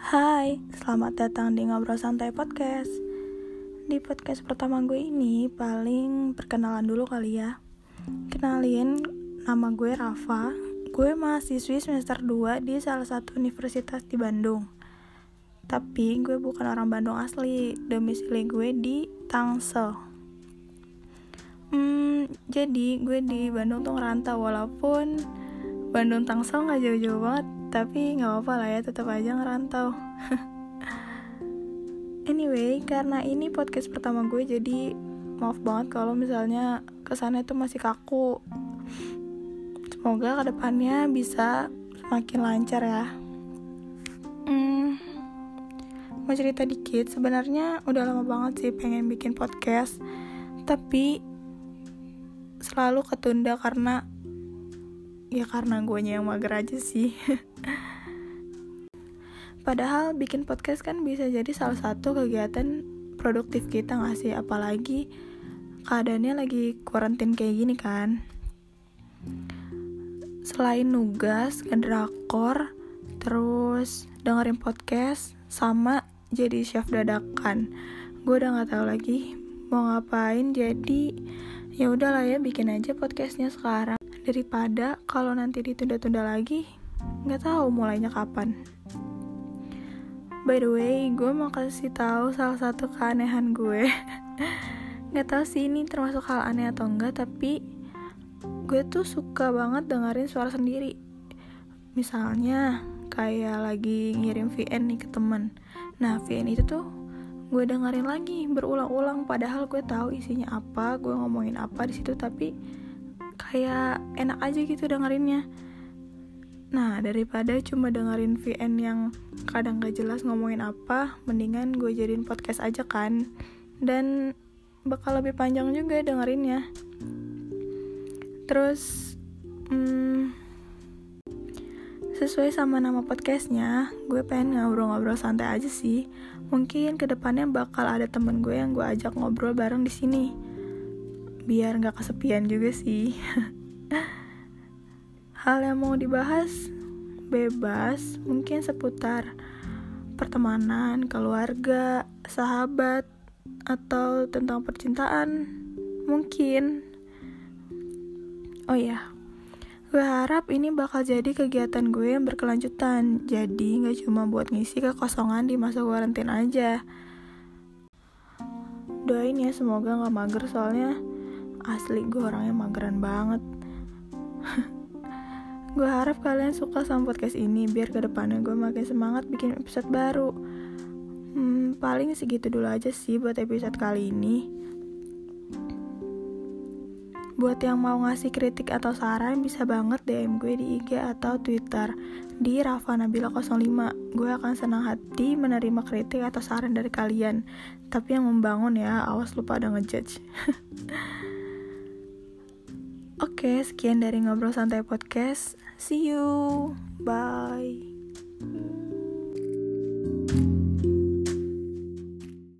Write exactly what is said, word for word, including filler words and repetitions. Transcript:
Hai, selamat datang di Ngobrol Santai Podcast. Di podcast pertama gue ini paling perkenalan dulu kali ya. Kenalin, nama gue Rafa. Gue mahasiswi semester dua di salah satu universitas di Bandung. Tapi gue bukan orang Bandung asli, domisili gue di Tangsel. Hmm, jadi gue di Bandung tuh ngerantau, walaupun Bandung Tangsel gak jauh-jauh banget, tapi gak apa-apa lah ya, tetap aja ngerantau. Anyway, karena ini podcast pertama gue, jadi maaf banget kalau misalnya kesannya itu masih kaku. Semoga kedepannya bisa semakin lancar ya. Hmm, mau cerita dikit, sebenarnya udah lama banget sih pengen bikin podcast, tapi selalu ketunda karena ya karena guanya yang mager aja sih. Padahal bikin podcast kan bisa jadi salah satu kegiatan produktif kita gak sih? Apalagi keadaannya lagi kuarantin kayak gini kan. Selain nugas, ngedrakor, terus dengerin podcast, sama jadi chef dadakan, gue udah gak tahu lagi mau ngapain. Jadi ya udahlah ya, bikin aja podcastnya sekarang, daripada kalau nanti ditunda-tunda lagi gak tahu mulainya kapan. By the way, gue mau kasih tahu salah satu keanehan gue. Gak tahu sih ini termasuk hal aneh atau enggak, tapi gue tuh suka banget dengerin suara sendiri. Misalnya kayak lagi ngirim V N nih ke temen. Nah, V N itu tuh gue dengerin lagi berulang-ulang, padahal gue tahu isinya apa, gue ngomongin apa di situ, tapi kayak enak aja gitu dengerinnya. Nah, daripada cuma dengerin V N yang kadang gak jelas ngomongin apa, mendingan gue jadiin podcast aja kan. Dan bakal lebih panjang juga dengerinnya. Terus hmm, sesuai sama nama podcastnya, gue pengen ngobrol-ngobrol santai aja sih. Mungkin kedepannya bakal ada temen gue yang gue ajak ngobrol bareng di sini, biar gak kesepian juga sih. Hal yang mau dibahas bebas, mungkin seputar pertemanan, keluarga, sahabat, atau tentang percintaan mungkin. Oh iya, gue harap ini bakal jadi kegiatan gue yang berkelanjutan, jadi gak cuma buat ngisi kekosongan di masa kuarantin aja. Doain ya semoga gak mager, soalnya asli gue orangnya mageran banget. Gue harap kalian suka sama podcast ini, biar kedepannya gue makin semangat bikin episode baru. Hmm, paling segitu dulu aja sih buat episode kali ini. Buat yang mau ngasih kritik atau saran, bisa banget D M gue di I G atau Twitter di Rafa Nabila nol lima. Gue akan senang hati menerima kritik atau saran dari kalian, tapi yang membangun ya, awas lupa ada ngejudge. Oke, sekian dari Ngobrol Santai Podcast. See you. Bye.